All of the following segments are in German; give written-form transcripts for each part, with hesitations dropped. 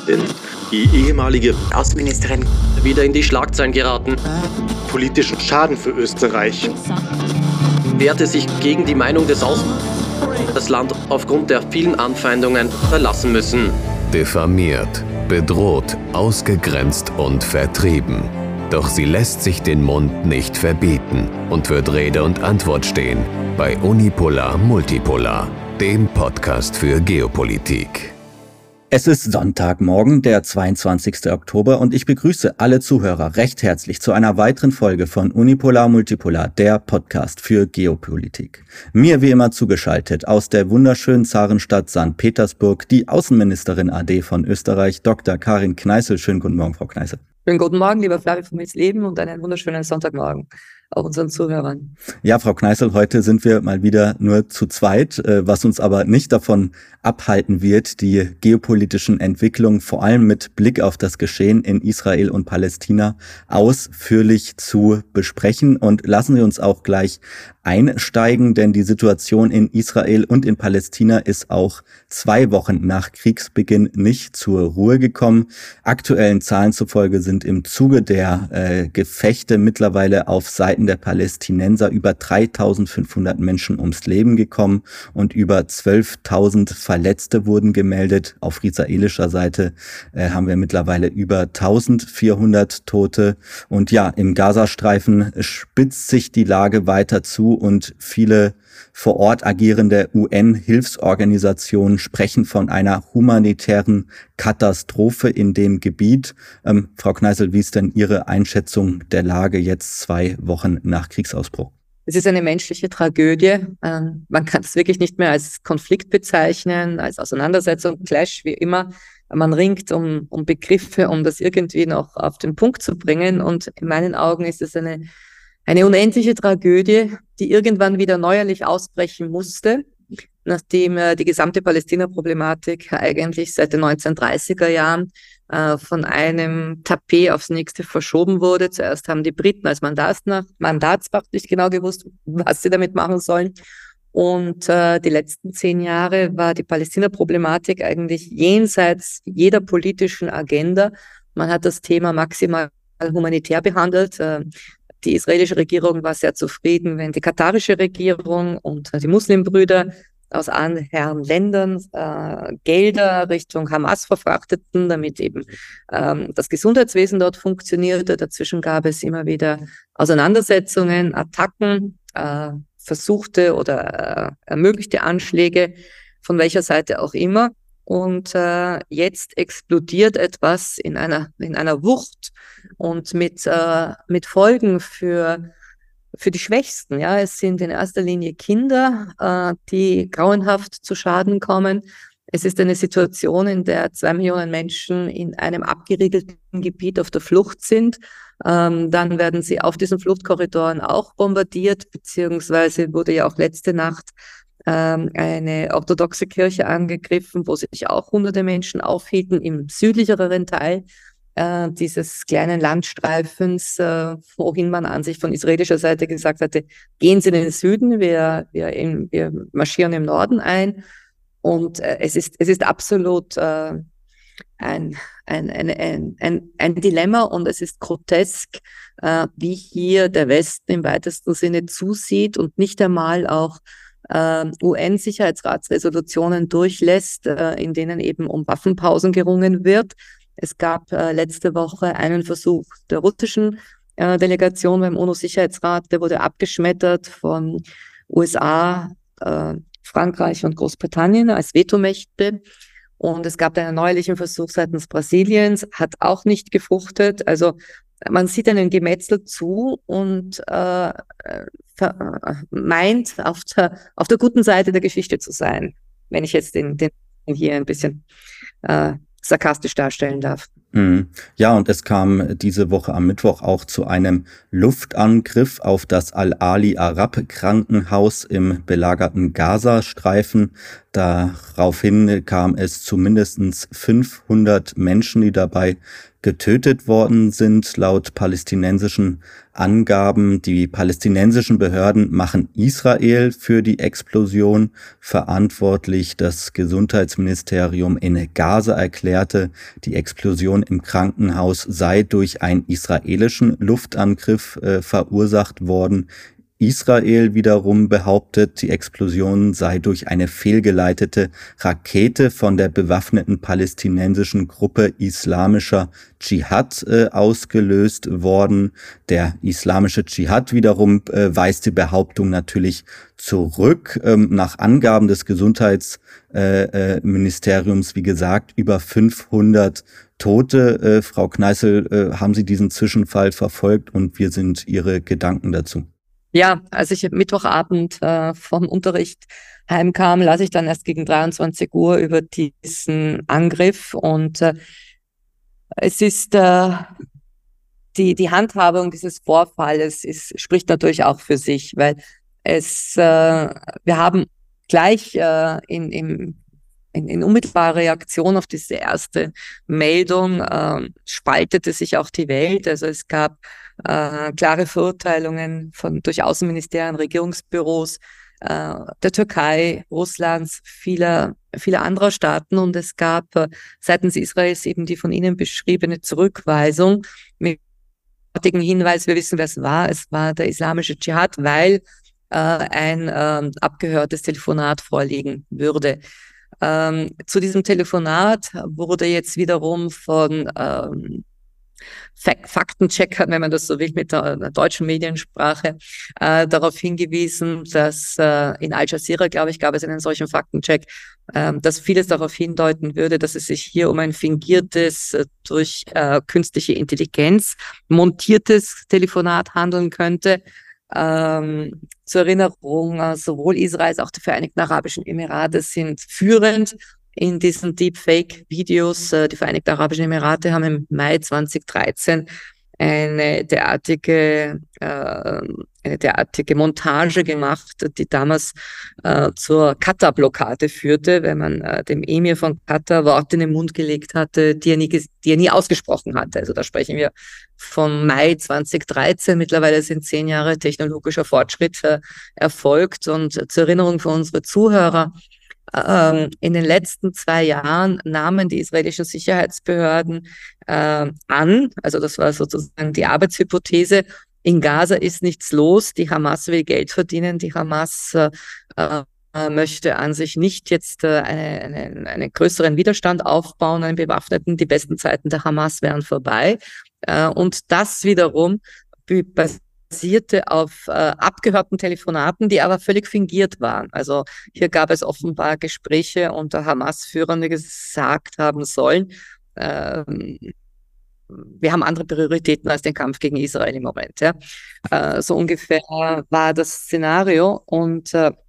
Präsidentin, die ehemalige Außenministerin, wieder in die Schlagzeilen geraten. Politischen Schaden für Österreich. Wehrte sich gegen die Meinung des das Land aufgrund der vielen Anfeindungen verlassen müssen. Diffamiert, bedroht, ausgegrenzt und vertrieben. Doch sie lässt sich den Mund nicht verbieten und wird Rede und Antwort stehen bei Unipolar Multipolar, dem Podcast für Geopolitik. Es ist Sonntagmorgen, der 22. Oktober und ich begrüße alle Zuhörer recht herzlich zu einer weiteren Folge von Unipolar Multipolar, der Podcast für Geopolitik. Mir wie immer zugeschaltet aus der wunderschönen Zarenstadt St. Petersburg die Außenministerin AD von Österreich, Dr. Karin Kneißl. Schönen guten Morgen, Frau Kneißl. Schönen guten Morgen, lieber Flavio von Leben und einen wunderschönen Sonntagmorgen auch unseren Zuhörern. Ja, Frau Kneißl, heute sind wir mal wieder nur zu zweit, was uns aber nicht davon abhalten wird, die geopolitischen Entwicklungen vor allem mit Blick auf das Geschehen in Israel und Palästina ausführlich zu besprechen. Und lassen Sie uns auch gleich einsteigen, denn die Situation in Israel und in Palästina ist auch 2 Wochen nach Kriegsbeginn nicht zur Ruhe gekommen. Aktuellen Zahlen zufolge sind im Zuge der Gefechte mittlerweile auf Seiten der Palästinenser über 3.500 Menschen ums Leben gekommen und über 12.000 Verletzte wurden gemeldet. Auf israelischer Seite haben wir mittlerweile über 1.400 Tote. Und ja, im Gazastreifen spitzt sich die Lage weiter zu und viele vor Ort agierende UN-Hilfsorganisationen sprechen von einer humanitären Katastrophe in dem Gebiet. Frau Kneißl, wie ist denn Ihre Einschätzung der Lage jetzt 2 Wochen nach Kriegsausbruch? Es ist eine menschliche Tragödie. Man kann es wirklich nicht mehr als Konflikt bezeichnen, als Auseinandersetzung, Clash, wie immer. Man ringt um Begriffe, um das irgendwie noch auf den Punkt zu bringen. Und in meinen Augen ist es eine unendliche Tragödie, die irgendwann wieder neuerlich ausbrechen musste, nachdem die gesamte Palästina-Problematik eigentlich seit den 1930er Jahren von einem Tapet aufs nächste verschoben wurde. Zuerst haben die Briten als Mandatsmacht nicht genau gewusst, was sie damit machen sollen. Und die letzten 10 Jahre war die Palästina-Problematik eigentlich jenseits jeder politischen Agenda. Man hat das Thema maximal humanitär behandelt. Die israelische Regierung war sehr zufrieden, wenn die katarische Regierung und die Muslimbrüder aus anderen Ländern Gelder Richtung Hamas verfrachteten, damit eben das Gesundheitswesen dort funktionierte. Dazwischen gab es immer wieder Auseinandersetzungen, Attacken, versuchte oder ermöglichte Anschläge, von welcher Seite auch immer. Und jetzt explodiert etwas in einer Wucht und mit Folgen für die Schwächsten. Ja, es sind in erster Linie Kinder, die grauenhaft zu Schaden kommen. Es ist eine Situation, in der 2 Millionen Menschen in einem abgeriegelten Gebiet auf der Flucht sind. Dann werden sie auf diesen Fluchtkorridoren auch bombardiert, beziehungsweise wurde ja auch letzte Nacht eine orthodoxe Kirche angegriffen, wo sich auch hunderte Menschen aufhielten im südlicheren Teil dieses kleinen Landstreifens, wohin man an sich von israelischer Seite gesagt hatte, gehen Sie in den Süden, wir marschieren im Norden ein. Und es ist absolut ein Dilemma und es ist grotesk, wie hier der Westen im weitesten Sinne zusieht und nicht einmal auch UN-Sicherheitsratsresolutionen durchlässt, in denen eben um Waffenpausen gerungen wird. Es gab letzte Woche einen Versuch der russischen Delegation beim UNO-Sicherheitsrat, der wurde abgeschmettert von USA, Frankreich und Großbritannien als Vetomächte. Und es gab einen neuerlichen Versuch seitens Brasiliens, hat auch nicht gefruchtet. Also man sieht einen Gemetzel zu und meint, auf der guten Seite der Geschichte zu sein, wenn ich jetzt den hier ein bisschen sarkastisch darstellen darf. Ja, und es kam diese Woche am Mittwoch auch zu einem Luftangriff auf das Al-Ali Arab Krankenhaus im belagerten Gazastreifen. Daraufhin kam es zu mindestens 500 Menschen, die dabei getötet worden sind, laut palästinensischen Angaben. Die palästinensischen Behörden machen Israel für die Explosion verantwortlich. Das Gesundheitsministerium in Gaza erklärte, die Explosion im Krankenhaus sei durch einen israelischen Luftangriff verursacht worden. Israel wiederum behauptet, die Explosion sei durch eine fehlgeleitete Rakete von der bewaffneten palästinensischen Gruppe Islamischer Dschihad ausgelöst worden. Der Islamische Dschihad wiederum weist die Behauptung natürlich zurück. Nach Angaben des Gesundheitsministeriums, wie gesagt, über 500 Tote. Frau Kneißl, haben Sie diesen Zwischenfall verfolgt und wie sind Ihre Gedanken dazu? Ja, als ich Mittwochabend vom Unterricht heimkam, las ich dann erst gegen 23 Uhr über diesen Angriff und es ist die Handhabung dieses Vorfalles spricht natürlich auch für sich, weil wir haben gleich in unmittelbarer Reaktion auf diese erste Meldung spaltete sich auch die Welt. Also es gab klare Verurteilungen durch Außenministerien, Regierungsbüros der Türkei, Russlands, vieler anderer Staaten. Und es gab seitens Israels eben die von Ihnen beschriebene Zurückweisung mit dem Hinweis, wir wissen, wer es war. Es war der Islamische Dschihad, weil ein abgehörtes Telefonat vorliegen würde. Zu diesem Telefonat wurde jetzt wiederum von Faktencheckern, wenn man das so will, mit der deutschen Mediensprache, darauf hingewiesen, dass in Al Jazeera, glaube ich, gab es einen solchen Faktencheck, dass vieles darauf hindeuten würde, dass es sich hier um ein fingiertes, durch künstliche Intelligenz montiertes Telefonat handeln könnte. Zur Erinnerung, sowohl Israel als auch die Vereinigten Arabischen Emirate sind führend in diesen Deepfake-Videos. Die Vereinigten Arabischen Emirate haben im Mai 2013 eine derartige Montage gemacht, die damals zur Katar-Blockade führte, wenn man dem Emir von Katar Worte in den Mund gelegt hatte, die er nie ausgesprochen hatte. Also da sprechen wir vom Mai 2013. Mittlerweile sind 10 Jahre technologischer Fortschritt erfolgt. Und zur Erinnerung für unsere Zuhörer, in den letzten 2 Jahren nahmen die israelischen Sicherheitsbehörden an, also das war sozusagen die Arbeitshypothese, in Gaza ist nichts los, die Hamas will Geld verdienen, die Hamas möchte an sich nicht jetzt einen größeren Widerstand aufbauen, einen bewaffneten, die besten Zeiten der Hamas wären vorbei. Und das wiederum basierte auf abgehörten Telefonaten, die aber völlig fingiert waren. Also hier gab es offenbar Gespräche unter Hamas-Führern, die gesagt haben sollen, wir haben andere Prioritäten als den Kampf gegen Israel im Moment. Ja? So ungefähr war das Szenario. Und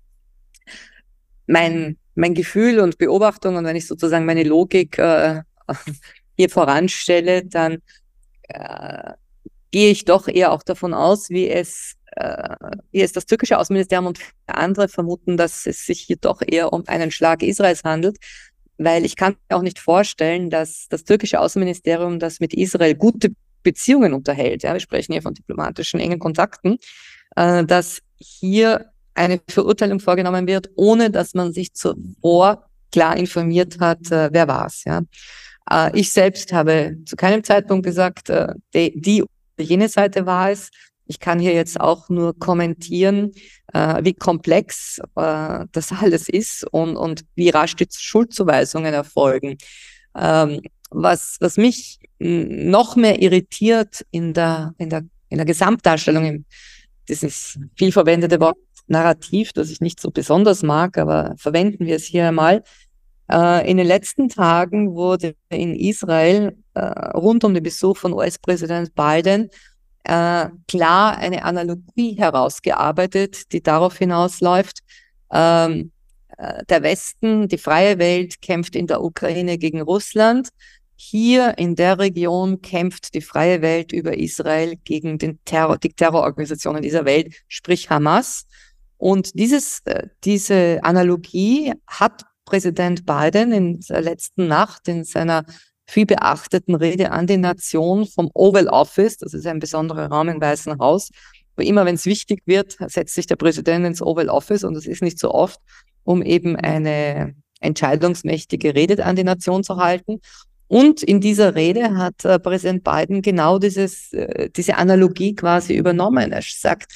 mein Gefühl und Beobachtung, und wenn ich sozusagen meine Logik hier voranstelle, dann gehe ich doch eher auch davon aus, wie es das türkische Außenministerium und andere vermuten, dass es sich hier doch eher um einen Schlag Israels handelt, weil ich kann mir auch nicht vorstellen, dass das türkische Außenministerium, das mit Israel gute Beziehungen unterhält, ja, wir sprechen hier von diplomatischen engen Kontakten, dass hier eine Verurteilung vorgenommen wird, ohne dass man sich zuvor klar informiert hat, wer war es. Ja. Ich selbst habe zu keinem Zeitpunkt gesagt, die jene Seite war es. Ich kann hier jetzt auch nur kommentieren, wie komplex das alles ist und wie rasch die Schuldzuweisungen erfolgen. Was mich noch mehr irritiert in der Gesamtdarstellung, dieses viel verwendete Wort Narrativ, das ich nicht so besonders mag, aber verwenden wir es hier einmal. In den letzten Tagen wurde in Israel rund um den Besuch von US-Präsident Biden klar eine Analogie herausgearbeitet, die darauf hinausläuft, der Westen, die freie Welt kämpft in der Ukraine gegen Russland, hier in der Region kämpft die freie Welt über Israel gegen die Terrororganisationen dieser Welt, sprich Hamas. Und diese Analogie hat Präsident Biden in der letzten Nacht in seiner viel beachteten Rede an die Nation vom Oval Office, das ist ein besonderer Raum im Weißen Haus, wo immer, wenn es wichtig wird, setzt sich der Präsident ins Oval Office, und das ist nicht so oft, um eben eine entscheidungsmächtige Rede an die Nation zu halten. Und in dieser Rede hat Präsident Biden genau diese Analogie quasi übernommen. Er sagt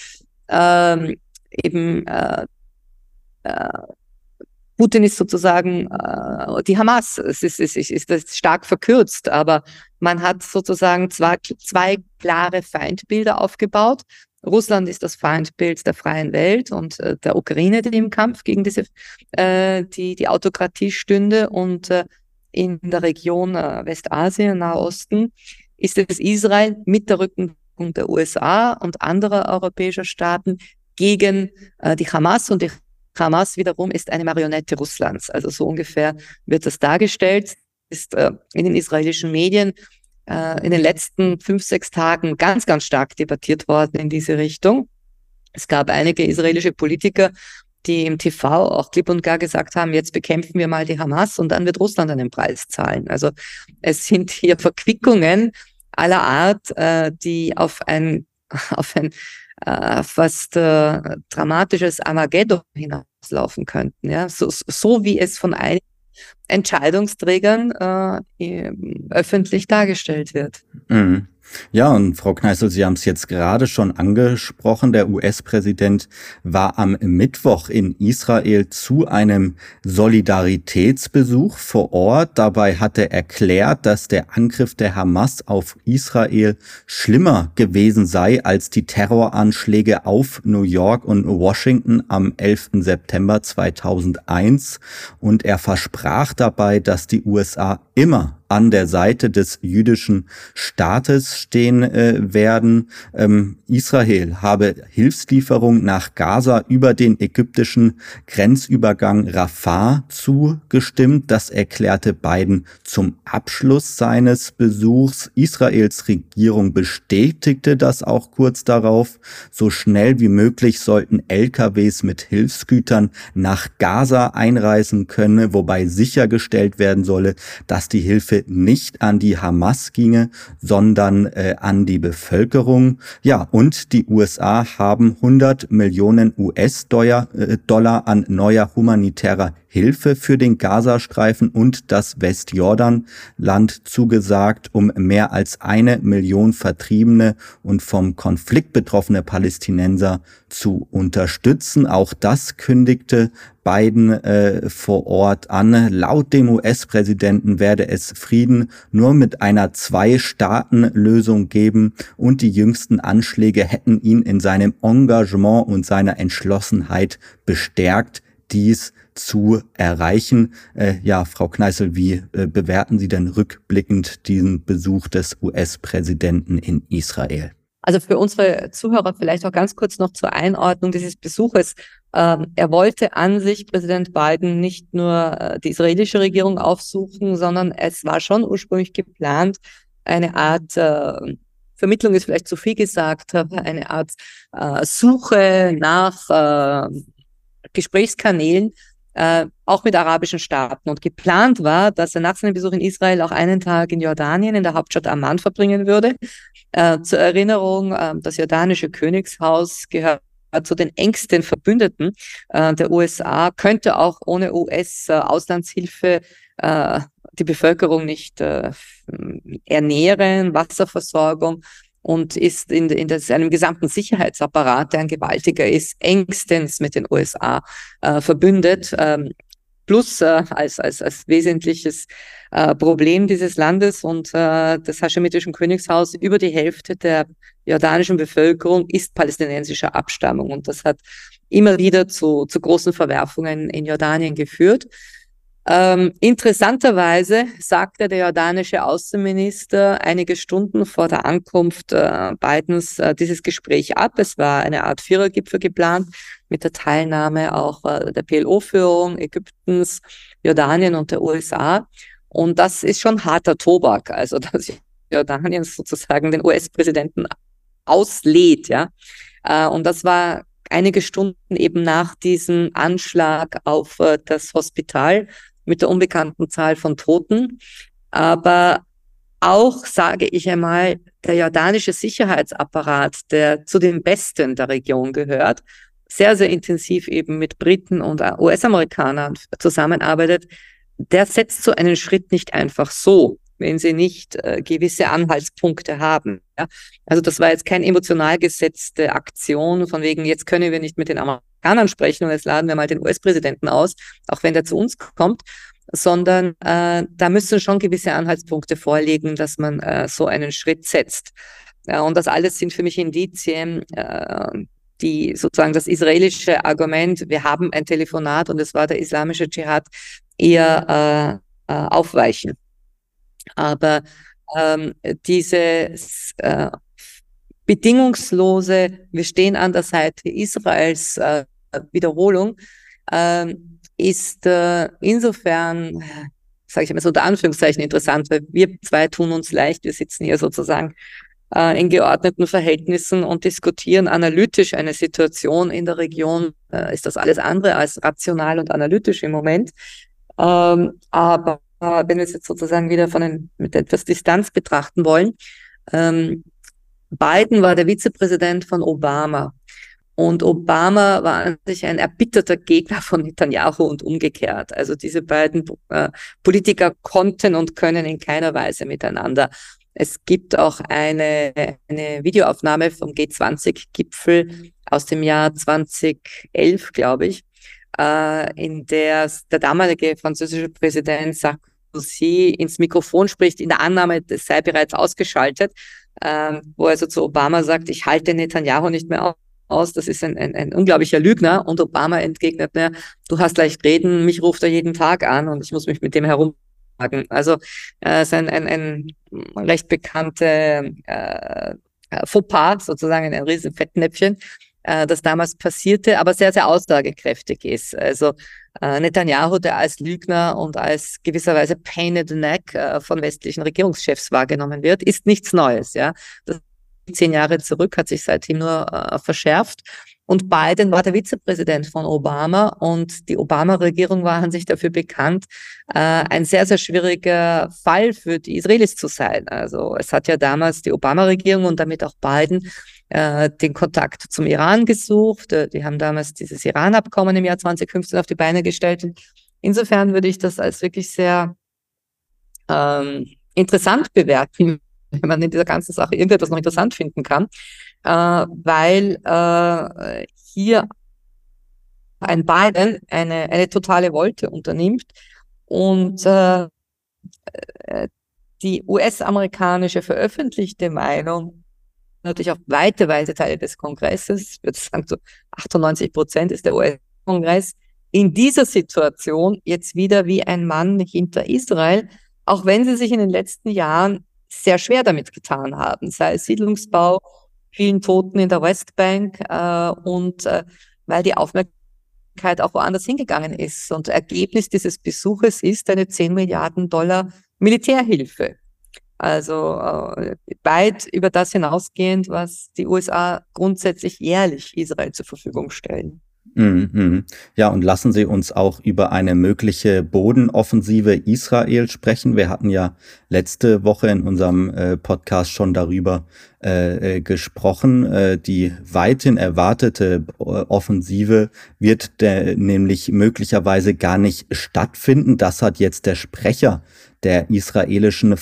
Putin ist sozusagen die Hamas. Es ist das stark verkürzt, aber man hat sozusagen zwei klare Feindbilder aufgebaut. Russland ist das Feindbild der freien Welt und der Ukraine, die im Kampf gegen die Autokratie stünde, und in der Region Westasien, Nahosten, ist es Israel mit der Rückendeckung der USA und anderer europäischer Staaten gegen die Hamas, und die Hamas wiederum ist eine Marionette Russlands. Also so ungefähr wird das dargestellt. Ist in den israelischen Medien in den letzten 5-6 Tagen ganz, ganz stark debattiert worden in diese Richtung. Es gab einige israelische Politiker, die im TV auch klipp und klar gesagt haben, jetzt bekämpfen wir mal die Hamas und dann wird Russland einen Preis zahlen. Also es sind hier Verquickungen aller Art, die auf ein fast dramatisches Armageddon hinauslaufen könnten. Ja? So wie es von einigen Entscheidungsträgern öffentlich dargestellt wird. Mhm. Ja, und Frau Kneißl, Sie haben es jetzt gerade schon angesprochen. Der US-Präsident war am Mittwoch in Israel zu einem Solidaritätsbesuch vor Ort. Dabei hat er erklärt, dass der Angriff der Hamas auf Israel schlimmer gewesen sei als die Terroranschläge auf New York und Washington am 11. September 2001. Und er versprach dabei, dass die USA immer an der Seite des jüdischen Staates stehen werden. Israel habe Hilfslieferungen nach Gaza über den ägyptischen Grenzübergang Rafah zugestimmt. Das erklärte Biden zum Abschluss seines Besuchs. Israels Regierung bestätigte das auch kurz darauf. So schnell wie möglich sollten LKWs mit Hilfsgütern nach Gaza einreisen können, wobei sichergestellt werden solle, dass die Hilfe nicht an die Hamas ginge, sondern an die Bevölkerung. Ja, und die USA haben 100 Millionen US-Dollar an neuer humanitärer Hilfe für den Gazastreifen und das Westjordanland zugesagt, um mehr als 1 Million Vertriebene und vom Konflikt betroffene Palästinenser zu unterstützen. Auch das kündigte Biden vor Ort an. Laut dem US-Präsidenten werde es Frieden nur mit einer Zwei-Staaten-Lösung geben, und die jüngsten Anschläge hätten ihn in seinem Engagement und seiner Entschlossenheit bestärkt, dies zu erreichen. Ja, Frau Kneißl, wie bewerten Sie denn rückblickend diesen Besuch des US-Präsidenten in Israel? Also für unsere Zuhörer vielleicht auch ganz kurz noch zur Einordnung dieses Besuches. Er wollte an sich, Präsident Biden, nicht nur die israelische Regierung aufsuchen, sondern es war schon ursprünglich geplant, eine Art, Vermittlung ist vielleicht zu viel gesagt, aber eine Art Suche nach Gesprächskanälen, auch mit arabischen Staaten. Und geplant war, dass er nach seinem Besuch in Israel auch einen Tag in Jordanien, in der Hauptstadt Amman, verbringen würde. Zur Erinnerung, das jordanische Königshaus gehört zu den engsten Verbündeten der USA, könnte auch ohne US-Auslandshilfe die Bevölkerung nicht ernähren, Wasserversorgung, und ist in seinem gesamten Sicherheitsapparat, der ein gewaltiger ist, engstens mit den USA verbündet. Plus als wesentliches Problem dieses Landes und des haschemitischen Königshaus, über die Hälfte der jordanischen Bevölkerung ist palästinensischer Abstammung. Und das hat immer wieder zu großen Verwerfungen in Jordanien geführt. Interessanterweise sagte der jordanische Außenminister einige Stunden vor der Ankunft Bidens dieses Gespräch ab. Es war eine Art Vierergipfel geplant mit der Teilnahme auch der PLO-Führung Ägyptens, Jordanien und der USA. Und das ist schon harter Tobak, also dass Jordanien sozusagen den US-Präsidenten auslädt, ja. Und das war einige Stunden eben nach diesem Anschlag auf das Hospital mit der unbekannten Zahl von Toten. Aber auch, sage ich einmal, der jordanische Sicherheitsapparat, der zu den Besten der Region gehört, sehr, sehr intensiv eben mit Briten und US-Amerikanern zusammenarbeitet, der setzt so einen Schritt nicht einfach so, wenn sie nicht gewisse Anhaltspunkte haben. Ja? Also das war jetzt keine emotional gesetzte Aktion, von wegen, jetzt können wir nicht mit den Amerikanern sprechen und jetzt laden wir mal den US-Präsidenten aus, auch wenn der zu uns kommt, sondern da müssen schon gewisse Anhaltspunkte vorliegen, dass man so einen Schritt setzt. Und das alles sind für mich Indizien, die sozusagen das israelische Argument, wir haben ein Telefonat und es war der islamische Dschihad, eher aufweichen. Aber dieses bedingungslose, wir stehen an der Seite Israels Wiederholung, ist insofern, sage ich mal so unter Anführungszeichen, interessant, weil wir zwei tun uns leicht, wir sitzen hier sozusagen in geordneten Verhältnissen und diskutieren analytisch eine Situation in der Region, ist das alles andere als rational und analytisch im Moment. Aber wenn wir es jetzt sozusagen wieder mit etwas Distanz betrachten wollen, Biden war der Vizepräsident von Obama. Und Obama war an sich ein erbitterter Gegner von Netanyahu und umgekehrt. Also diese beiden Politiker konnten und können in keiner Weise miteinander. Es gibt auch eine Videoaufnahme vom G20-Gipfel aus dem Jahr 2011, glaube ich, in der der damalige französische Präsident Sarkozy ins Mikrofon spricht, in der Annahme, das sei bereits ausgeschaltet, wo er also zu Obama sagt, ich halte Netanyahu nicht mehr aus, das ist ein unglaublicher Lügner. Und Obama entgegnet, du hast leicht reden, mich ruft er jeden Tag an und ich muss mich mit dem herumschlagen. Also es ist ein recht bekannte Fauxpas, sozusagen ein riesen Fettnäpfchen, das damals passierte, aber sehr, sehr aussagekräftig ist. Also Netanyahu, der als Lügner und als gewisserweise Pain in the Neck von westlichen Regierungschefs wahrgenommen wird, ist nichts Neues. Ja, das 10 Jahre zurück, hat sich seitdem nur verschärft. Und Biden war der Vizepräsident von Obama und die Obama-Regierung war an sich dafür bekannt, ein sehr, sehr schwieriger Fall für die Israelis zu sein. Also es hat ja damals die Obama-Regierung und damit auch Biden den Kontakt zum Iran gesucht. Die haben damals dieses Iran-Abkommen im Jahr 2015 auf die Beine gestellt. Insofern würde ich das als wirklich sehr interessant bewerten, wenn man in dieser ganzen Sache irgendetwas noch interessant finden kann, weil hier ein Biden eine totale Wolte unternimmt und die US-amerikanische veröffentlichte Meinung, natürlich auch weite Teile des Kongresses, ich würde sagen so 98% ist der US-Kongress, in dieser Situation jetzt wieder wie ein Mann hinter Israel, auch wenn sie sich in den letzten Jahren sehr schwer damit getan haben, sei es Siedlungsbau, vielen Toten in der Westbank und weil die Aufmerksamkeit auch woanders hingegangen ist. Und Ergebnis dieses Besuches ist eine $10 Milliarden Militärhilfe. Also weit über das hinausgehend, was die USA grundsätzlich jährlich Israel zur Verfügung stellen. Ja, und lassen Sie uns auch über eine mögliche Bodenoffensive Israel sprechen. Wir hatten ja letzte Woche in unserem Podcast schon darüber gesprochen. Die weithin erwartete Offensive wird nämlich möglicherweise gar nicht stattfinden. Das hat jetzt der Sprecher der israelischen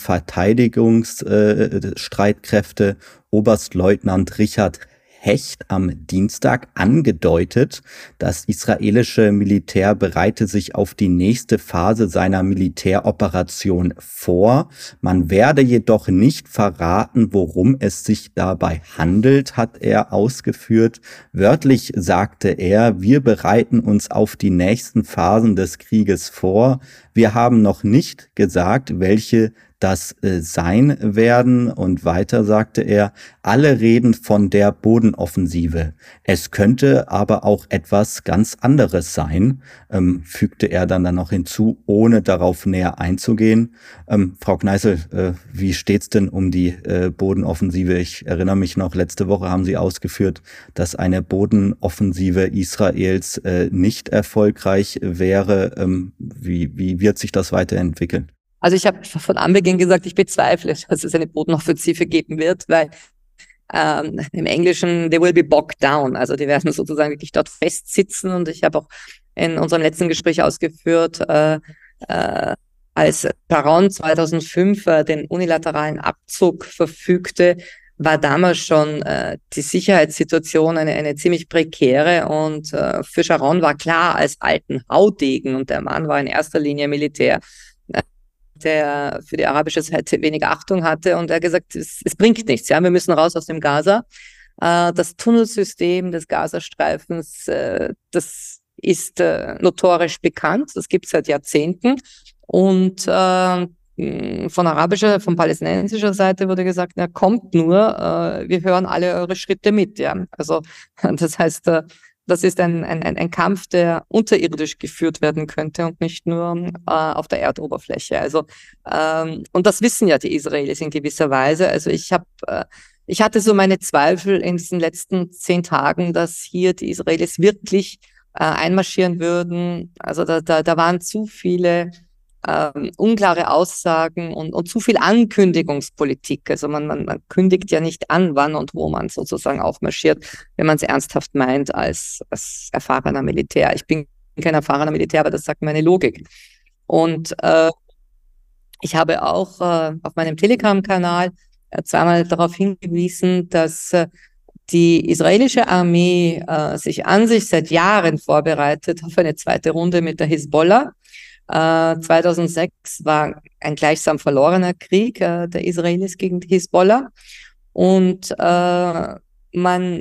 Verteidigungsstreitkräfte, Oberstleutnant Richard Hecht, am Dienstag angedeutet. Das israelische Militär bereite sich auf die nächste Phase seiner Militäroperation vor. Man werde jedoch nicht verraten, worum es sich dabei handelt, hat er ausgeführt. Wörtlich sagte er, wir bereiten uns auf die nächsten Phasen des Krieges vor. Wir haben noch nicht gesagt, welche das sein werden. Und weiter sagte er, alle reden von der Bodenoffensive. Es könnte aber auch etwas ganz anderes sein, fügte er dann noch hinzu, ohne darauf näher einzugehen. Frau Kneißl, wie steht's denn um die Bodenoffensive? Ich erinnere mich noch, letzte Woche haben Sie ausgeführt, dass eine Bodenoffensive Israels nicht erfolgreich wäre. Wie wird sich das weiterentwickeln? Also ich habe von Anbeginn gesagt, ich bezweifle, dass es eine Bodenoffensive geben wird, weil im Englischen, they will be bogged down, also die werden sozusagen wirklich dort festsitzen. Und ich habe auch in unserem letzten Gespräch ausgeführt, als Sharon 2005 den unilateralen Abzug verfügte, war damals schon die Sicherheitssituation eine ziemlich prekäre. Und für Sharon war klar, als alten Haudegen, und der Mann war in erster Linie Militär, der für die arabische Seite wenig Achtung hatte, und er hat gesagt, es bringt nichts, ja, wir müssen raus aus dem Gaza. Das Tunnelsystem des Gazastreifens, das ist notorisch bekannt, das gibt es seit Jahrzehnten, und von palästinensischer Seite wurde gesagt, na, kommt nur, wir hören alle eure Schritte mit, ja. Also das heißt, das ist ein Kampf, der unterirdisch geführt werden könnte und nicht nur auf der Erdoberfläche. Also und das wissen ja die Israelis in gewisser Weise. Also ich hatte so meine Zweifel in diesen letzten 10 Tagen, dass hier die Israelis wirklich einmarschieren würden. Also da waren zu viele unklare Aussagen und zu viel Ankündigungspolitik. Also man kündigt ja nicht an, wann und wo man sozusagen aufmarschiert, wenn man es ernsthaft meint als erfahrener Militär. Ich bin kein erfahrener Militär, aber das sagt meine Logik. Und ich habe auch auf meinem Telegram-Kanal zweimal darauf hingewiesen, dass die israelische Armee sich seit Jahren vorbereitet auf eine zweite Runde mit der Hisbollah. 2006 war ein gleichsam verlorener Krieg der Israelis gegen die Hisbollah. Und man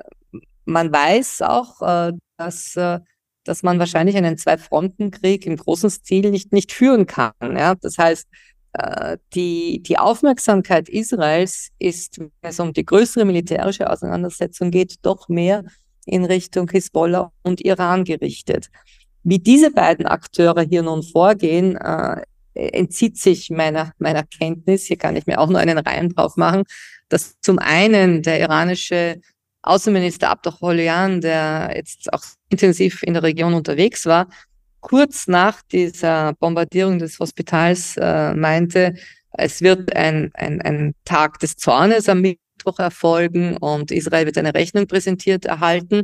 weiß auch, dass man wahrscheinlich einen Zwei-Fronten-Krieg im großen Stil nicht führen kann. Ja? Das heißt, die Aufmerksamkeit Israels ist, wenn es um die größere militärische Auseinandersetzung geht, doch mehr in Richtung Hisbollah und Iran gerichtet. Wie diese beiden Akteure hier nun vorgehen, entzieht sich meiner Kenntnis. Hier kann ich mir auch nur einen Reim drauf machen, dass zum einen der iranische Außenminister Abdollah, der jetzt auch intensiv in der Region unterwegs war, kurz nach dieser Bombardierung des Hospitals meinte, es wird ein Tag des Zornes am Mittwoch erfolgen und Israel wird eine Rechnung präsentiert erhalten.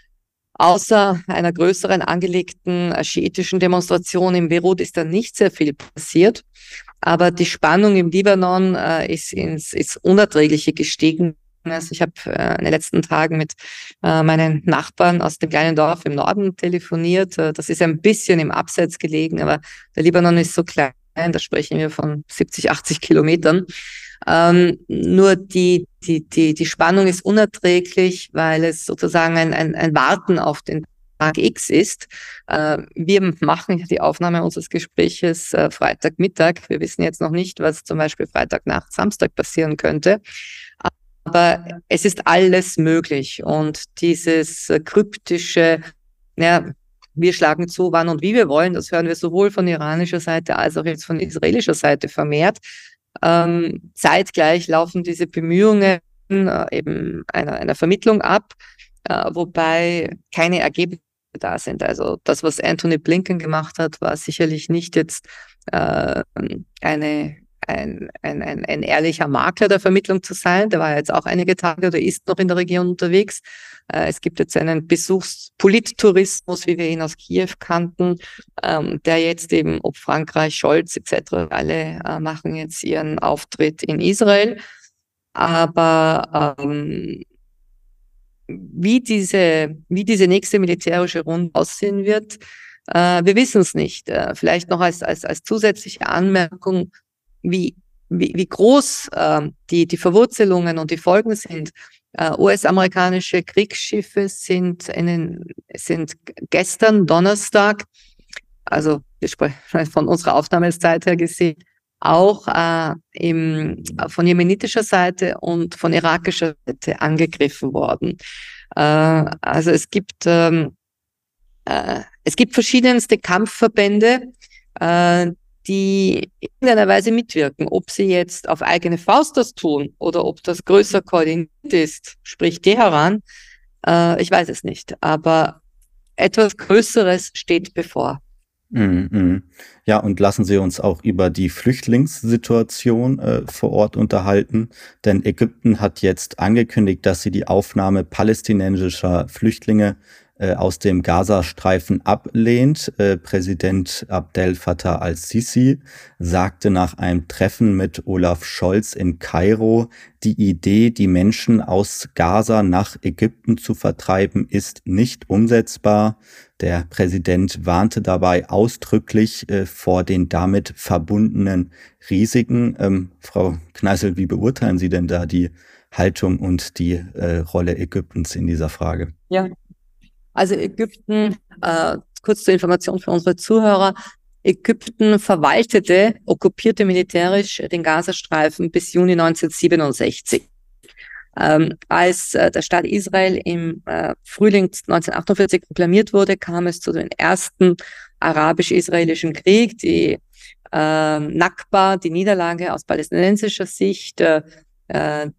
Außer einer größeren angelegten schiitischen Demonstration in Beirut ist da nicht sehr viel passiert. Aber die Spannung im Libanon ist ins Unerträgliche gestiegen. Also ich habe in den letzten Tagen mit meinen Nachbarn aus dem kleinen Dorf im Norden telefoniert. Das ist ein bisschen im Abseits gelegen, aber der Libanon ist so klein, da sprechen wir von 70, 80 Kilometern. Nur die Spannung ist unerträglich, weil es sozusagen ein Warten auf den Tag X ist. Wir machen die Aufnahme unseres Gespräches Freitagmittag. Wir wissen jetzt noch nicht, was zum Beispiel Freitagnacht, Samstag passieren könnte. Aber es ist alles möglich. Und dieses kryptische, wir schlagen zu, wann und wie wir wollen, das hören wir sowohl von iranischer Seite als auch jetzt von israelischer Seite vermehrt. Zeitgleich laufen diese Bemühungen eben einer Vermittlung ab, wobei keine Ergebnisse da sind. Also das, was Anthony Blinken gemacht hat, war sicherlich nicht jetzt ein ehrlicher Makler der Vermittlung zu sein. Der war jetzt auch einige Tage oder ist noch in der Region unterwegs. Es gibt jetzt einen Besuchspolittourismus, wie wir ihn aus Kiew kannten, der jetzt eben, ob Frankreich, Scholz etc., alle machen jetzt ihren Auftritt in Israel. Aber wie diese nächste militärische Runde aussehen wird, wir wissen es nicht. Vielleicht noch als zusätzliche Anmerkung, wie groß die Verwurzelungen und die Folgen sind. US-amerikanische Kriegsschiffe sind gestern Donnerstag, also von unserer Aufnahmezeit her gesehen, auch von jemenitischer Seite und von irakischer Seite angegriffen worden. Also es gibt verschiedenste Kampfverbände, die in irgendeiner Weise mitwirken. Ob sie jetzt auf eigene Faust das tun oder ob das größer koordiniert ist, sprich Teheran, ich weiß es nicht. Aber etwas Größeres steht bevor. Ja, und lassen Sie uns auch über die Flüchtlingssituation vor Ort unterhalten, denn Ägypten hat jetzt angekündigt, dass sie die Aufnahme palästinensischer Flüchtlinge aus dem Gazastreifen ablehnt. Präsident Abdel Fattah al-Sisi sagte nach einem Treffen mit Olaf Scholz in Kairo, die Idee, die Menschen aus Gaza nach Ägypten zu vertreiben, ist nicht umsetzbar. Der Präsident warnte dabei ausdrücklich vor den damit verbundenen Risiken. Frau Kneißl, wie beurteilen Sie denn da die Haltung und die Rolle Ägyptens in dieser Frage? Ja, also Ägypten, kurz zur Information für unsere Zuhörer, Ägypten okkupierte militärisch den Gazastreifen bis Juni 1967. Als der Staat Israel im Frühling 1948 proklamiert wurde, kam es zu dem ersten arabisch-israelischen Krieg, die Nakba, die Niederlage aus palästinensischer Sicht, der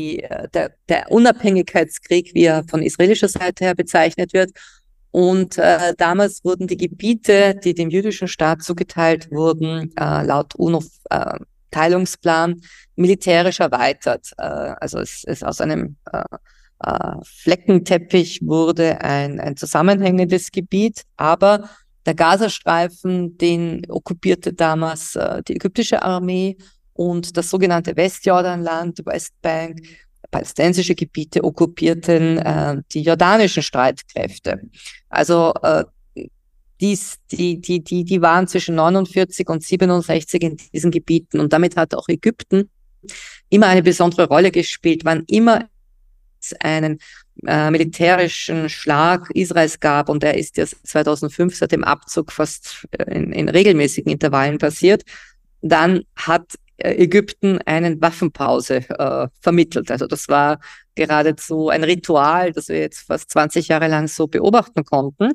Unabhängigkeitskrieg, wie er von israelischer Seite her bezeichnet wird. Und damals wurden die Gebiete, die dem jüdischen Staat zugeteilt wurden, laut UNO-Teilungsplan militärisch erweitert. Also es ist aus einem Fleckenteppich wurde ein zusammenhängendes Gebiet, aber der Gazastreifen, den okkupierte damals die ägyptische Armee, und das sogenannte Westjordanland, Westbank, palästinensische Gebiete okkupierten die jordanischen Streitkräfte. Also die waren zwischen 49 und 67 in diesen Gebieten, und damit hat auch Ägypten immer eine besondere Rolle gespielt, wann immer es einen militärischen Schlag Israels gab, und der ist ja 2005 seit dem Abzug fast in regelmäßigen Intervallen passiert, dann hat Ägypten eine Waffenpause vermittelt. Also das war geradezu ein Ritual, das wir jetzt fast 20 Jahre lang so beobachten konnten.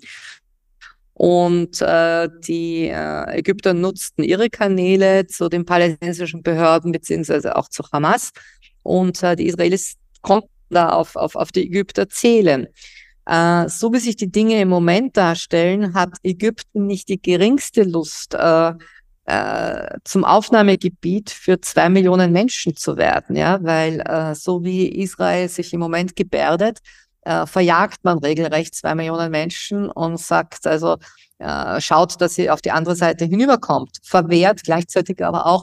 Und die Ägypter nutzten ihre Kanäle zu den palästinensischen Behörden beziehungsweise auch zu Hamas, und die Israelis konnten da auf die Ägypter zählen. So wie sich die Dinge im Moment darstellen, hat Ägypten nicht die geringste Lust, zum Aufnahmegebiet für 2 Millionen Menschen zu werden, ja, weil so wie Israel sich im Moment gebärdet, verjagt man regelrecht 2 Millionen Menschen und sagt also, schaut, dass ihr auf die andere Seite hinüberkommt, verwehrt gleichzeitig aber auch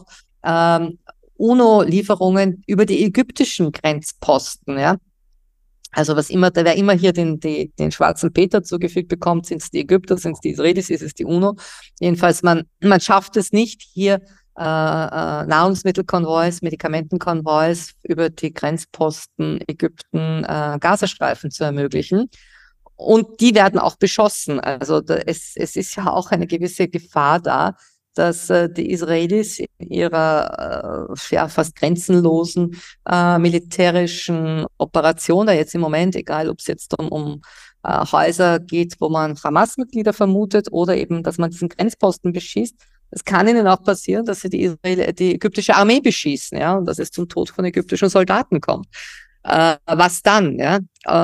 UNO-Lieferungen über die ägyptischen Grenzposten, ja. Also wer immer hier den schwarzen Peter zugefügt bekommt, sind es die Ägypter, sind es die Israelis, ist es die UNO. Jedenfalls, man schafft es nicht, hier Nahrungsmittelkonvois, Medikamentenkonvois über die Grenzposten Ägypten, Gazastreifen zu ermöglichen. Und die werden auch beschossen. Also es ist ja auch eine gewisse Gefahr da, dass die Israelis in ihrer fast grenzenlosen militärischen Operation, da jetzt im Moment, egal ob es jetzt um Häuser geht, wo man Hamas-Mitglieder vermutet, oder eben, dass man diesen Grenzposten beschießt, es kann ihnen auch passieren, dass sie die ägyptische Armee beschießen, ja, und dass es zum Tod von ägyptischen Soldaten kommt. Was dann, ja?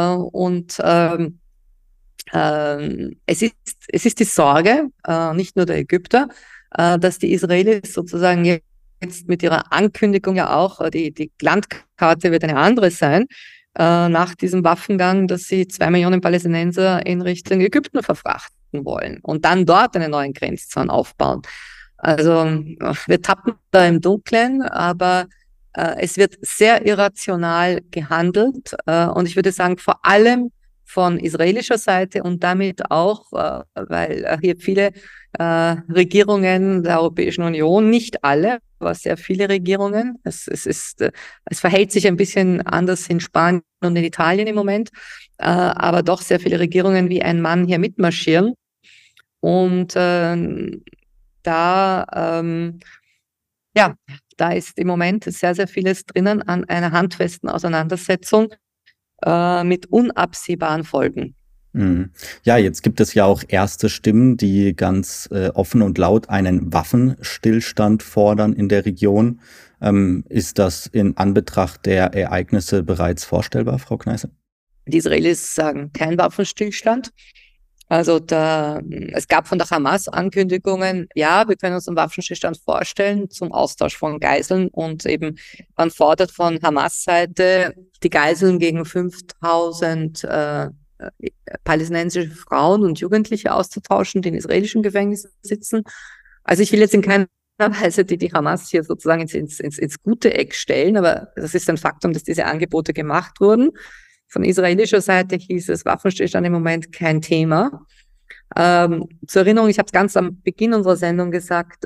Es ist die Sorge, nicht nur der Ägypter, dass die Israelis sozusagen jetzt mit ihrer Ankündigung ja auch, die Landkarte wird eine andere sein, nach diesem Waffengang, dass sie 2 Millionen Palästinenser in Richtung Ägypten verfrachten wollen und dann dort einen neuen Grenzzaun aufbauen. Also wir tappen da im Dunkeln, aber es wird sehr irrational gehandelt, und ich würde sagen, vor allem von israelischer Seite, und damit auch, weil hier viele Regierungen der Europäischen Union, nicht alle, aber sehr viele Regierungen, es verhält sich ein bisschen anders in Spanien und in Italien im Moment, aber doch sehr viele Regierungen wie ein Mann hier mitmarschieren. Und Ja, da ist im Moment sehr, sehr vieles drinnen an einer handfesten Auseinandersetzung mit unabsehbaren Folgen. Mhm. Ja, jetzt gibt es ja auch erste Stimmen, die ganz offen und laut einen Waffenstillstand fordern in der Region. Ist das in Anbetracht der Ereignisse bereits vorstellbar, Frau Kneißl? Die Israelis sagen kein Waffenstillstand. Also es gab von der Hamas Ankündigungen, ja, wir können uns einen Waffenstillstand vorstellen zum Austausch von Geiseln, und eben man fordert von Hamas-Seite, die Geiseln gegen 5000 palästinensische Frauen und Jugendliche auszutauschen, die in israelischen Gefängnissen sitzen. Also ich will jetzt in keiner Weise die Hamas hier sozusagen ins gute Eck stellen, aber das ist ein Faktum, dass diese Angebote gemacht wurden. Von israelischer Seite hieß es, Waffenstillstand im Moment kein Thema. Zur Erinnerung, ich habe es ganz am Beginn unserer Sendung gesagt,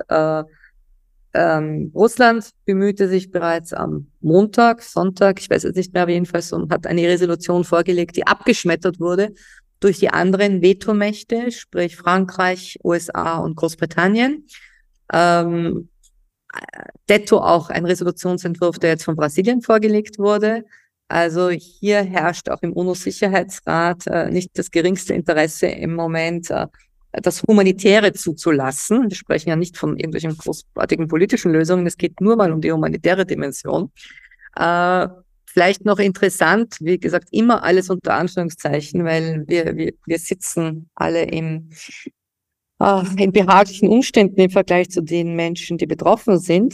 Russland bemühte sich bereits am Montag, Sonntag, ich weiß es nicht mehr, aber jedenfalls hat eine Resolution vorgelegt, die abgeschmettert wurde durch die anderen Vetomächte, sprich Frankreich, USA und Großbritannien. Detto auch ein Resolutionsentwurf, der jetzt von Brasilien vorgelegt wurde. Also hier herrscht auch im UNO-Sicherheitsrat nicht das geringste Interesse im Moment, das Humanitäre zuzulassen. Wir sprechen ja nicht von irgendwelchen großartigen politischen Lösungen, es geht nur mal um die humanitäre Dimension. Vielleicht noch interessant, wie gesagt, immer alles unter Anführungszeichen, weil wir sitzen alle in behaglichen Umständen im Vergleich zu den Menschen, die betroffen sind.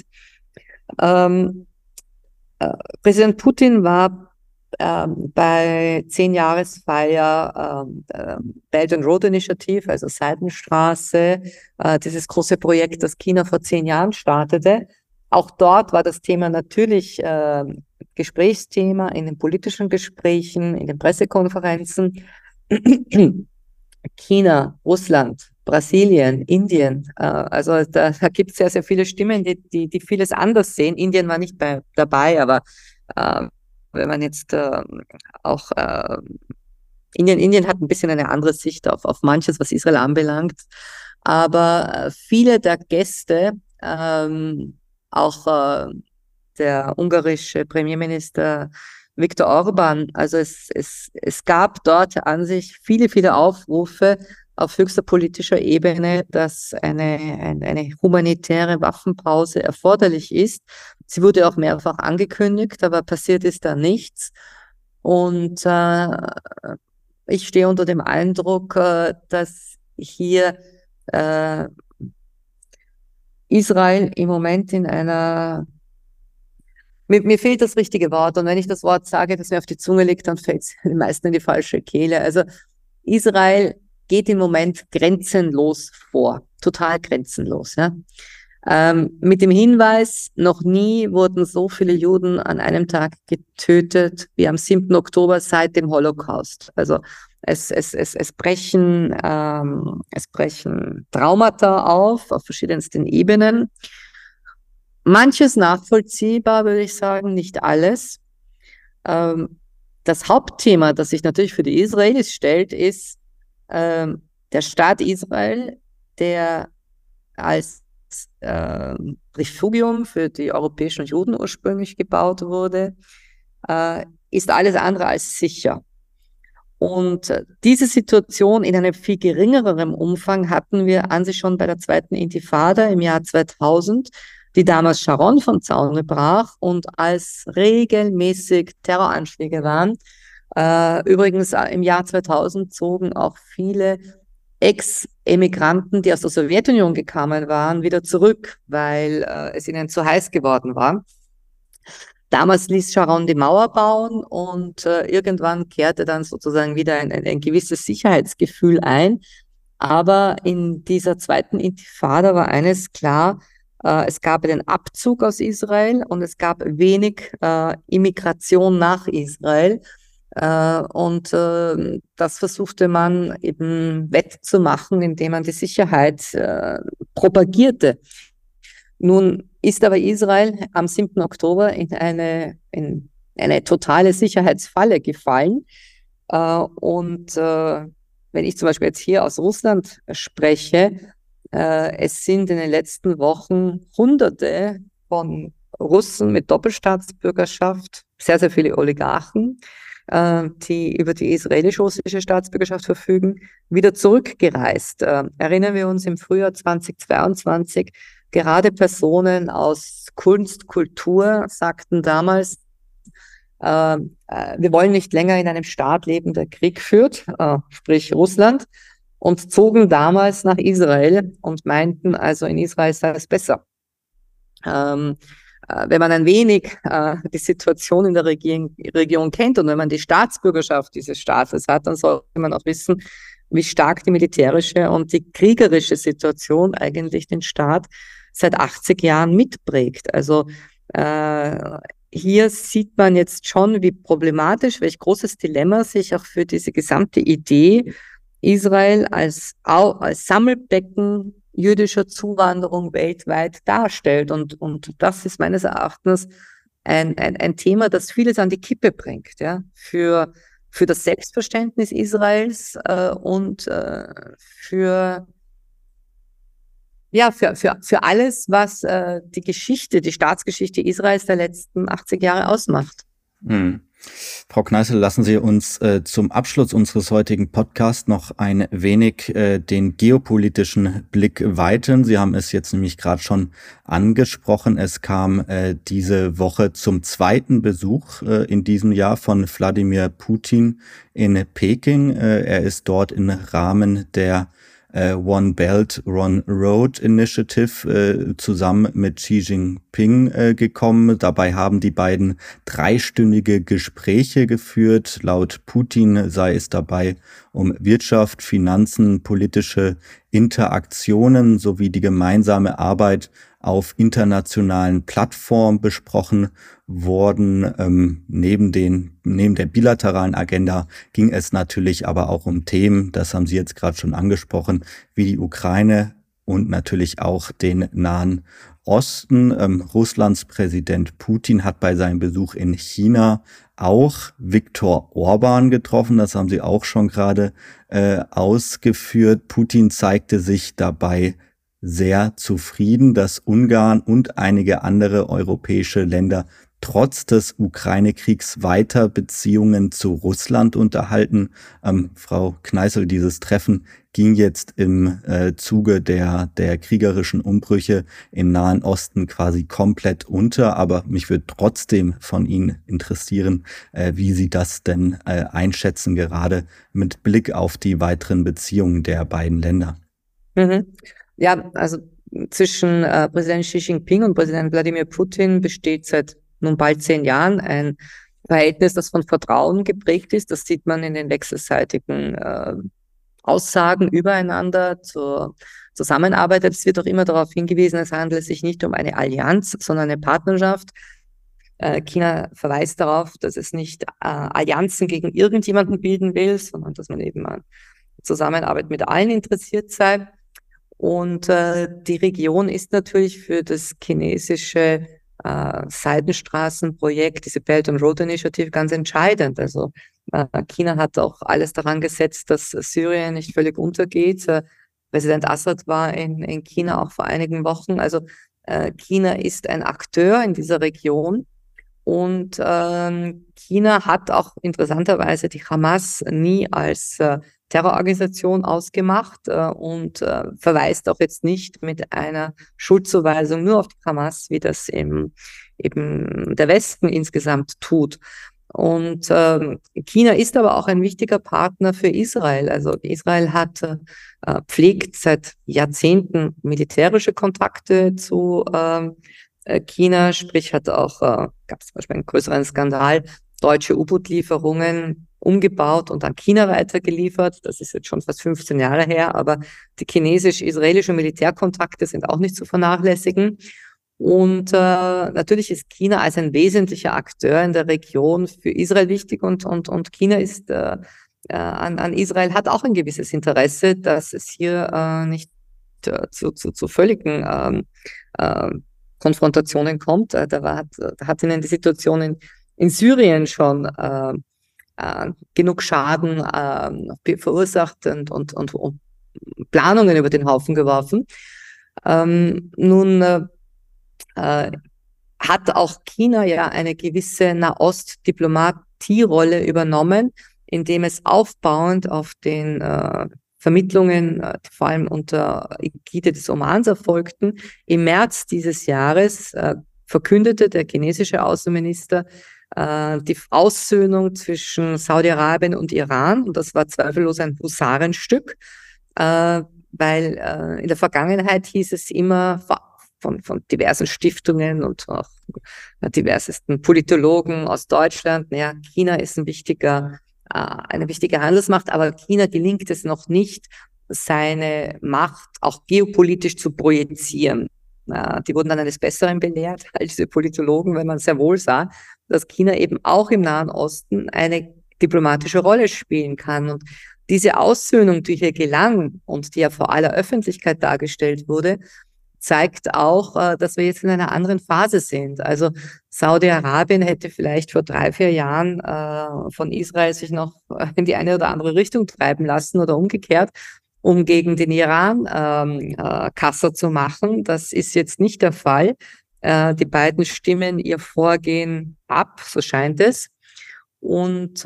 Präsident Putin war bei 10-Jahresfeier Belt and Road Initiative, also Seidenstraße, dieses große Projekt, das China vor 10 Jahren startete. Auch dort war das Thema natürlich Gesprächsthema in den politischen Gesprächen, in den Pressekonferenzen. China, Russland, Brasilien, Indien, also da gibt es sehr, sehr viele Stimmen, die vieles anders sehen. Indien war nicht dabei, aber wenn man jetzt auch Indien hat ein bisschen eine andere Sicht auf manches, was Israel anbelangt, aber viele der Gäste, auch der ungarische Premierminister Viktor Orban, also es gab dort an sich viele, viele Aufrufe auf höchster politischer Ebene, dass eine humanitäre Waffenpause erforderlich ist. Sie wurde auch mehrfach angekündigt, aber passiert ist da nichts. Und ich stehe unter dem Eindruck, dass hier Israel im Moment in einer... Mir fehlt das richtige Wort, und wenn ich das Wort sage, das mir auf die Zunge liegt, dann fällt es den meisten in die falsche Kehle. Also Israel geht im Moment grenzenlos vor, total grenzenlos. Ja? Mit dem Hinweis, noch nie wurden so viele Juden an einem Tag getötet wie am 7. Oktober seit dem Holocaust. Also es brechen Traumata auf verschiedensten Ebenen. Manches nachvollziehbar, würde ich sagen, nicht alles. Das Hauptthema, das sich natürlich für die Israelis stellt, ist der Staat Israel, der als Refugium für die europäischen Juden ursprünglich gebaut wurde, ist alles andere als sicher. Und diese Situation in einem viel geringeren Umfang hatten wir an sich schon bei der zweiten Intifada im Jahr 2000, die damals Sharon vom Zaun brach und als regelmäßig Terroranschläge waren. Übrigens im Jahr 2000 zogen auch viele Ex-Emigranten, die aus der Sowjetunion gekommen waren, wieder zurück, weil es ihnen zu heiß geworden war. Damals ließ Sharon die Mauer bauen und irgendwann kehrte dann sozusagen wieder ein gewisses Sicherheitsgefühl ein. Aber in dieser zweiten Intifada war eines klar: es gab den Abzug aus Israel und es gab wenig Immigration nach Israel. Und das versuchte man eben wettzumachen, indem man die Sicherheit propagierte. Nun ist aber Israel am 7. Oktober in eine totale Sicherheitsfalle gefallen. Und wenn ich zum Beispiel jetzt hier aus Russland spreche, es sind in den letzten Wochen Hunderte von Russen mit Doppelstaatsbürgerschaft, sehr, sehr viele Oligarchen, die über die israelisch-russische Staatsbürgerschaft verfügen, wieder zurückgereist. Erinnern wir uns im Frühjahr 2022, gerade Personen aus Kunst, Kultur sagten damals, wir wollen nicht länger in einem Staat leben, der Krieg führt, sprich Russland, und zogen damals nach Israel und meinten, also in Israel sei es besser. Wenn man ein wenig die Situation in der Region kennt und wenn man die Staatsbürgerschaft dieses Staates hat, dann sollte man auch wissen, wie stark die militärische und die kriegerische Situation eigentlich den Staat seit 80 Jahren mitprägt. Also hier sieht man jetzt schon, wie problematisch, welch großes Dilemma sich auch für diese gesamte Idee Israel als Sammelbecken jüdischer Zuwanderung weltweit darstellt. Und das ist meines Erachtens ein Thema, das vieles an die Kippe bringt, ja, für das Selbstverständnis Israels und für alles, was die Staatsgeschichte Israels der letzten 80 Jahre ausmacht. Frau Kneißl, lassen Sie uns zum Abschluss unseres heutigen Podcasts noch ein wenig den geopolitischen Blick weiten. Sie haben es jetzt nämlich gerade schon angesprochen. Es kam diese Woche zum zweiten Besuch in diesem Jahr von Wladimir Putin in Peking. Er ist dort im Rahmen der One Belt, One Road Initiative zusammen mit Xi Jinping gekommen. Dabei haben die beiden dreistündige Gespräche geführt. Laut Putin sei es dabei um Wirtschaft, Finanzen, politische Interaktionen sowie die gemeinsame Arbeit auf internationalen Plattformen besprochen worden. Neben der bilateralen Agenda ging es natürlich aber auch um Themen, das haben Sie jetzt gerade schon angesprochen, wie die Ukraine und natürlich auch den Nahen Osten. Russlands Präsident Putin hat bei seinem Besuch in China auch Viktor Orban getroffen. Das haben Sie auch schon gerade ausgeführt. Putin zeigte sich dabei sehr zufrieden, dass Ungarn und einige andere europäische Länder trotz des Ukraine-Kriegs weiter Beziehungen zu Russland unterhalten. Frau Kneißl, dieses Treffen ging jetzt im Zuge der kriegerischen Umbrüche im Nahen Osten quasi komplett unter. Aber mich würde trotzdem von Ihnen interessieren, wie Sie das denn einschätzen, gerade mit Blick auf die weiteren Beziehungen der beiden Länder. Ja, also zwischen Präsident Xi Jinping und Präsident Wladimir Putin besteht seit nun bald 10 Jahren ein Verhältnis, das von Vertrauen geprägt ist. Das sieht man in den wechselseitigen Aussagen übereinander zur Zusammenarbeit. Es wird auch immer darauf hingewiesen, es handelt sich nicht um eine Allianz, sondern eine Partnerschaft. China verweist darauf, dass es nicht Allianzen gegen irgendjemanden bilden will, sondern dass man eben an Zusammenarbeit mit allen interessiert sei. Und die Region ist natürlich für das chinesische Seidenstraßenprojekt, diese Belt and Road Initiative, ganz entscheidend. Also China hat auch alles daran gesetzt, dass Syrien nicht völlig untergeht. Präsident Assad war in China auch vor einigen Wochen. Also China ist ein Akteur in dieser Region. Und China hat auch interessanterweise die Hamas nie als Terrororganisation ausgemacht und verweist auch jetzt nicht mit einer Schuldzuweisung nur auf die Hamas, wie das eben der Westen insgesamt tut. Und China ist aber auch ein wichtiger Partner für Israel. Also Israel pflegt seit Jahrzehnten militärische Kontakte zu China, sprich gab es zum Beispiel einen größeren Skandal, deutsche U-Boot-Lieferungen umgebaut und an China weitergeliefert. Das ist jetzt schon fast 15 Jahre her, aber die chinesisch-israelische Militärkontakte sind auch nicht zu vernachlässigen. Und natürlich ist China als ein wesentlicher Akteur in der Region für Israel wichtig und China ist an Israel hat auch ein gewisses Interesse, dass es hier nicht zu völligen Konfrontationen kommt. Da hat ihnen die Situation in Syrien schon genug Schaden verursacht und Planungen über den Haufen geworfen. hat auch China ja eine gewisse Nahost-Diplomatierolle übernommen, indem es aufbauend auf den Vermittlungen, vor allem unter Ägide des Omans erfolgten, im März dieses Jahres verkündete der chinesische Außenminister die Aussöhnung zwischen Saudi-Arabien und Iran. Und das war zweifellos ein Husarenstück, weil in der Vergangenheit hieß es immer von diversen Stiftungen und auch diversesten Politologen aus Deutschland, naja, China ist eine wichtige Handelsmacht, aber China gelingt es noch nicht, seine Macht auch geopolitisch zu projizieren. Die wurden dann eines Besseren belehrt als diese Politologen, weil man sehr wohl sah, dass China eben auch im Nahen Osten eine diplomatische Rolle spielen kann. Und diese Aussöhnung, die hier gelang und die ja vor aller Öffentlichkeit dargestellt wurde, zeigt auch, dass wir jetzt in einer anderen Phase sind. Also Saudi-Arabien hätte vielleicht vor 3-4 Jahren von Israel sich noch in die eine oder andere Richtung treiben lassen oder umgekehrt, um gegen den Iran Kasse zu machen. Das ist jetzt nicht der Fall. Die beiden stimmen ihr Vorgehen ab, so scheint es. Und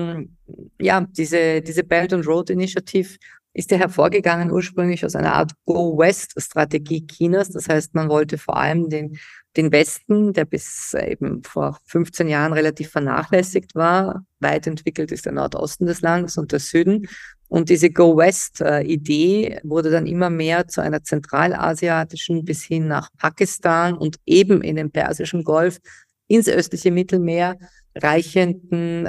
diese Belt and Road Initiative ist ja hervorgegangen ursprünglich aus einer Art Go-West-Strategie Chinas. Das heißt, man wollte vor allem den Westen, der bis eben vor 15 Jahren relativ vernachlässigt war, weit entwickelt ist der Nordosten des Landes und der Süden. Und diese Go-West-Idee wurde dann immer mehr zu einer zentralasiatischen bis hin nach Pakistan und eben in den Persischen Golf ins östliche Mittelmeer reichenden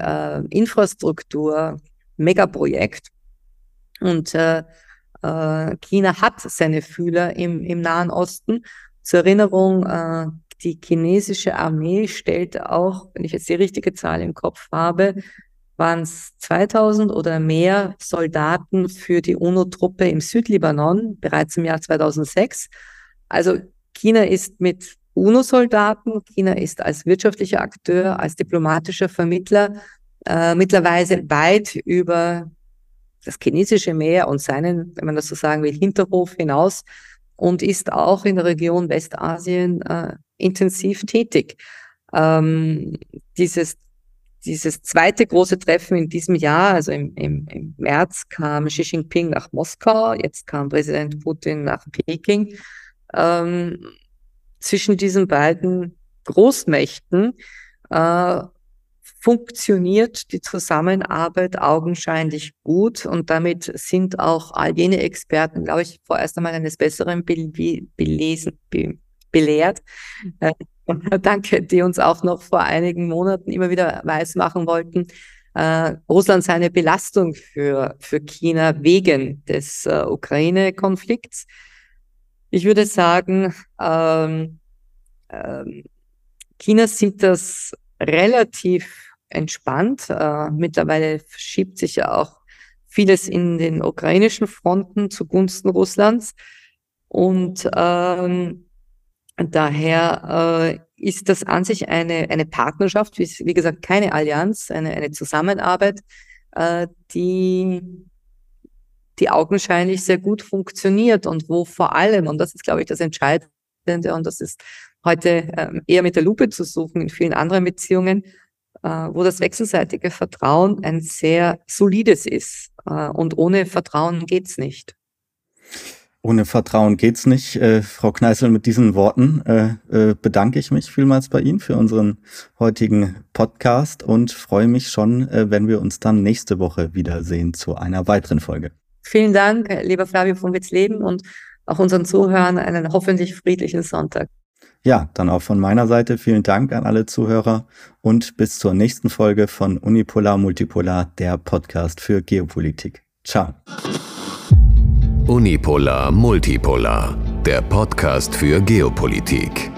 Infrastruktur-Megaprojekt. Und China hat seine Fühler im Nahen Osten. Zur Erinnerung, die chinesische Armee stellte auch, wenn ich jetzt die richtige Zahl im Kopf habe, waren es 2000 oder mehr Soldaten für die UNO-Truppe im Südlibanon, bereits im Jahr 2006. Also China ist mit UNO-Soldaten, China ist als wirtschaftlicher Akteur, als diplomatischer Vermittler mittlerweile weit über das chinesische Meer und seinen, wenn man das so sagen will, Hinterhof hinaus und ist auch in der Region Westasien intensiv tätig. Dieses zweite große Treffen in diesem Jahr, also im März, kam Xi Jinping nach Moskau, jetzt kam Präsident Putin nach Peking. Zwischen diesen beiden Großmächten funktioniert die Zusammenarbeit augenscheinlich gut und damit sind auch all jene Experten, glaube ich, vorerst einmal eines Besseren belehrt. Danke, die uns auch noch vor einigen Monaten immer wieder weismachen wollten, Russland sei eine Belastung für China wegen des Ukraine-Konflikts. Ich würde sagen, China sieht das relativ entspannt. Mittlerweile verschiebt sich ja auch vieles in den ukrainischen Fronten zugunsten Russlands. Und daher ist das an sich eine Partnerschaft, wie gesagt, keine Allianz, eine Zusammenarbeit, die augenscheinlich sehr gut funktioniert und wo vor allem, und das ist, glaube ich, das Entscheidende, und das ist heute eher mit der Lupe zu suchen in vielen anderen Beziehungen, wo das wechselseitige Vertrauen ein sehr solides ist. Und ohne Vertrauen geht's nicht. Ohne Vertrauen geht's nicht. Frau Kneißl, mit diesen Worten bedanke ich mich vielmals bei Ihnen für unseren heutigen Podcast und freue mich schon, wenn wir uns dann nächste Woche wiedersehen zu einer weiteren Folge. Vielen Dank, lieber Flavio von Witzleben, und auch unseren Zuhörern einen hoffentlich friedlichen Sonntag. Ja, dann auch von meiner Seite vielen Dank an alle Zuhörer und bis zur nächsten Folge von Unipolar Multipolar, der Podcast für Geopolitik. Ciao. Unipolar Multipolar, der Podcast für Geopolitik.